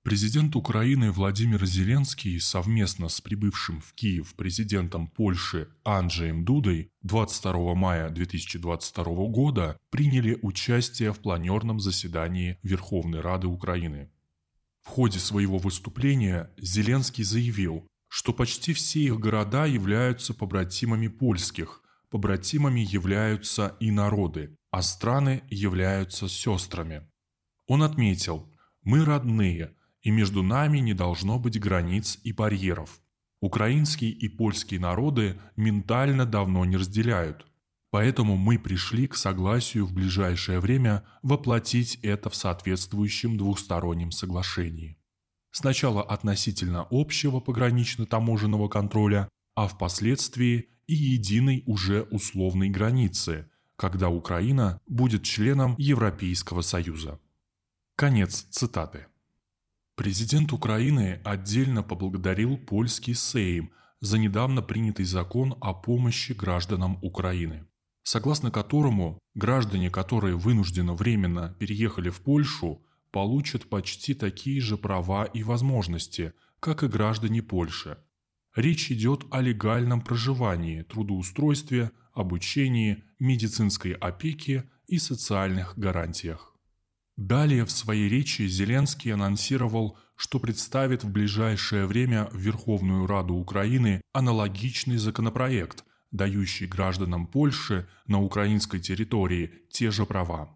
Президент Украины Владимир Зеленский совместно с прибывшим в Киев президентом Польши Анджеем Дудой 22 мая 2022 года приняли участие в планерном заседании Верховной Рады Украины. В ходе своего выступления Зеленский заявил, что почти все их города являются побратимами польских, побратимами являются и народы, а страны являются сестрами. Он отметил: «Мы родные, и между нами не должно быть границ и барьеров. Украинские и польские народы ментально давно не разделяют. Поэтому мы пришли к согласию в ближайшее время воплотить это в соответствующем двустороннем соглашении. Сначала относительно общего погранично-таможенного контроля, а впоследствии и единой уже условной границы, когда Украина будет членом Европейского Союза». Конец цитаты. Президент Украины отдельно поблагодарил польский Сейм за недавно принятый закон о помощи гражданам Украины, согласно которому граждане, которые вынужденно временно переехали в Польшу, получат почти такие же права и возможности, как и граждане Польши. Речь идет о легальном проживании, трудоустройстве, обучении, медицинской опеке и социальных гарантиях. Далее в своей речи Зеленский анонсировал, что представит в ближайшее время в Верховную Раду Украины аналогичный законопроект, дающий гражданам Польши на украинской территории те же права.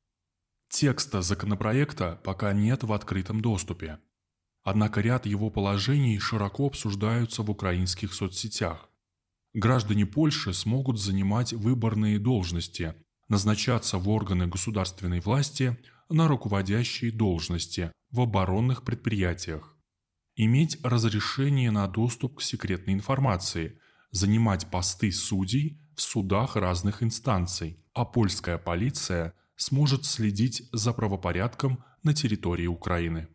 Текста законопроекта пока нет в открытом доступе. Однако ряд его положений широко обсуждаются в украинских соцсетях. Граждане Польши смогут занимать выборные должности, назначаться в органы государственной власти, на руководящие должности в оборонных предприятиях, иметь разрешение на доступ к секретной информации, занимать посты судей в судах разных инстанций, а польская полиция сможет следить за правопорядком на территории Украины.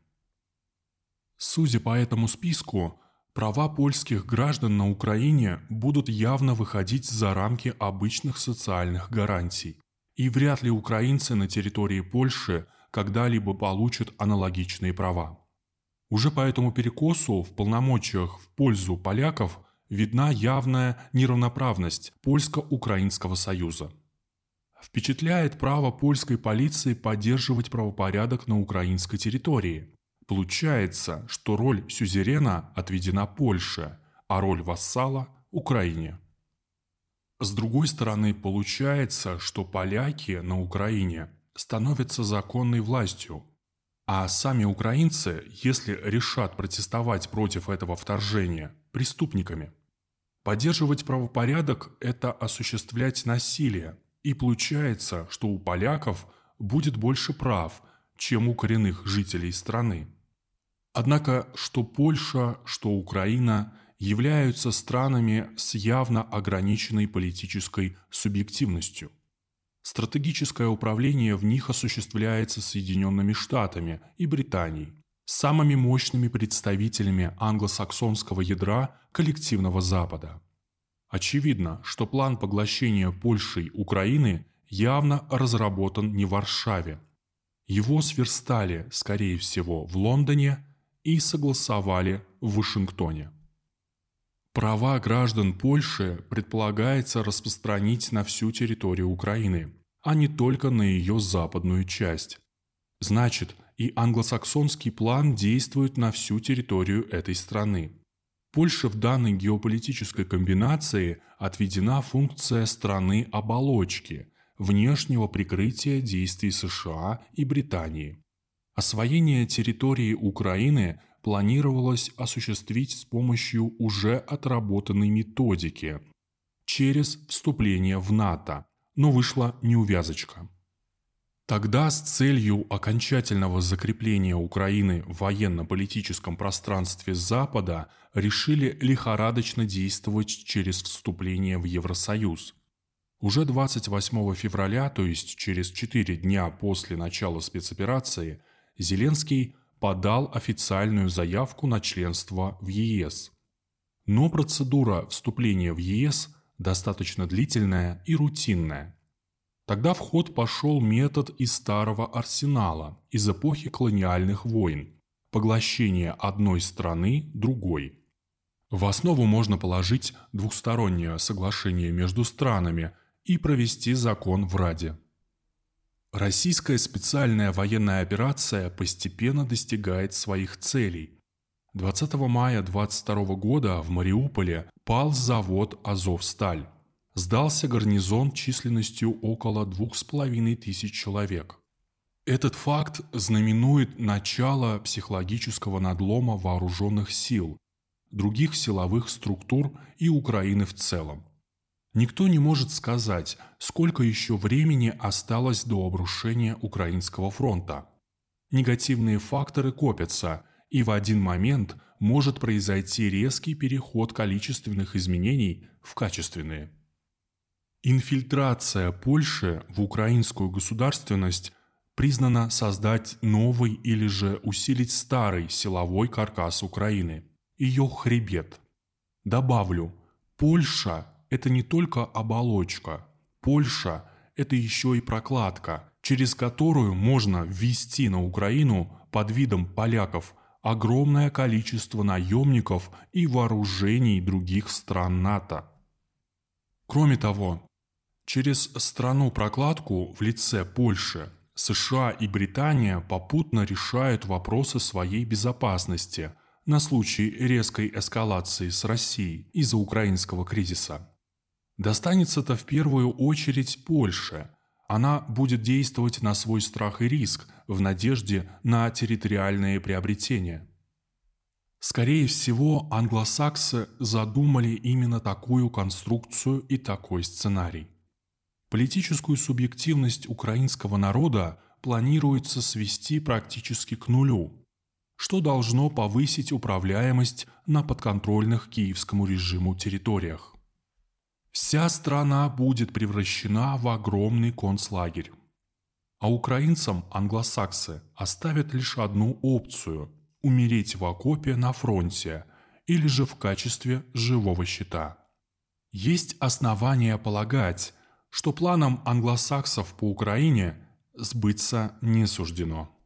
Судя по этому списку, права польских граждан на Украине будут явно выходить за рамки обычных социальных гарантий. И вряд ли украинцы на территории Польши когда-либо получат аналогичные права. Уже по этому перекосу в полномочиях в пользу поляков видна явная неравноправность Польско-Украинского союза. Впечатляет право польской полиции поддерживать правопорядок на украинской территории. Получается, что роль сюзерена отведена Польше, а роль вассала – Украине. С другой стороны, получается, что поляки на Украине становятся законной властью, а сами украинцы, если решат протестовать против этого вторжения, преступниками. Поддерживать правопорядок – это осуществлять насилие, и получается, что у поляков будет больше прав, чем у коренных жителей страны. Однако, что Польша, что Украина – являются странами с явно ограниченной политической субъективностью. Стратегическое управление в них осуществляется Соединенными Штатами и Британией, самыми мощными представителями англосаксонского ядра коллективного Запада. Очевидно, что план поглощения Польшей Украины явно разработан не в Варшаве. Его сверстали, скорее всего, в Лондоне и согласовали в Вашингтоне. Права граждан Польши предполагается распространить на всю территорию Украины, а не только на ее западную часть. Значит, и англосаксонский план действует на всю территорию этой страны. Польше в данной геополитической комбинации отведена функция страны-оболочки, внешнего прикрытия действий США и Британии. Освоение территории Украины планировалось осуществить с помощью уже отработанной методики через вступление в НАТО, но вышла неувязочка. Тогда с целью окончательного закрепления Украины в военно-политическом пространстве Запада решили лихорадочно действовать через вступление в Евросоюз. Уже 28 февраля, то есть через 4 дня после начала спецоперации, Зеленский подал официальную заявку на членство в ЕС. Но процедура вступления в ЕС достаточно длительная и рутинная. Тогда в ход пошел метод из старого арсенала, из эпохи колониальных войн. поглощение одной страны другой. В основу можно положить двухстороннее соглашение между странами и провести закон в Раде. Российская специальная военная операция постепенно достигает своих целей. 20 мая 22 года в Мариуполе пал завод «Азовсталь». Сдался гарнизон численностью около 2500 человек. Этот факт знаменует начало психологического надлома вооруженных сил, других силовых структур и Украины в целом. Никто не может сказать, сколько еще времени осталось до обрушения Украинского фронта. Негативные факторы копятся, и в один момент может произойти резкий переход количественных изменений в качественные. Инфильтрация Польши в украинскую государственность признана создать новый или же усилить старый силовой каркас Украины, ее хребет. Добавлю, Польша – это не только оболочка, Польша – это еще и прокладка, через которую можно ввести на Украину под видом поляков огромное количество наемников и вооружений других стран НАТО. Кроме того, через страну-прокладку в лице Польши США и Британия попутно решают вопросы своей безопасности на случай резкой эскалации с Россией из-за украинского кризиса. Достанется-то в первую очередь Польше. Она будет действовать на свой страх и риск в надежде на территориальные приобретения. Скорее всего, англосаксы задумали именно такую конструкцию и такой сценарий. Политическую субъективность украинского народа планируется свести практически к нулю, что должно повысить управляемость на подконтрольных киевскому режиму территориях. Вся страна будет превращена в огромный концлагерь. А украинцам англосаксы оставят лишь одну опцию – умереть в окопе на фронте или же в качестве живого щита. Есть основания полагать, что планам англосаксов по Украине сбыться не суждено.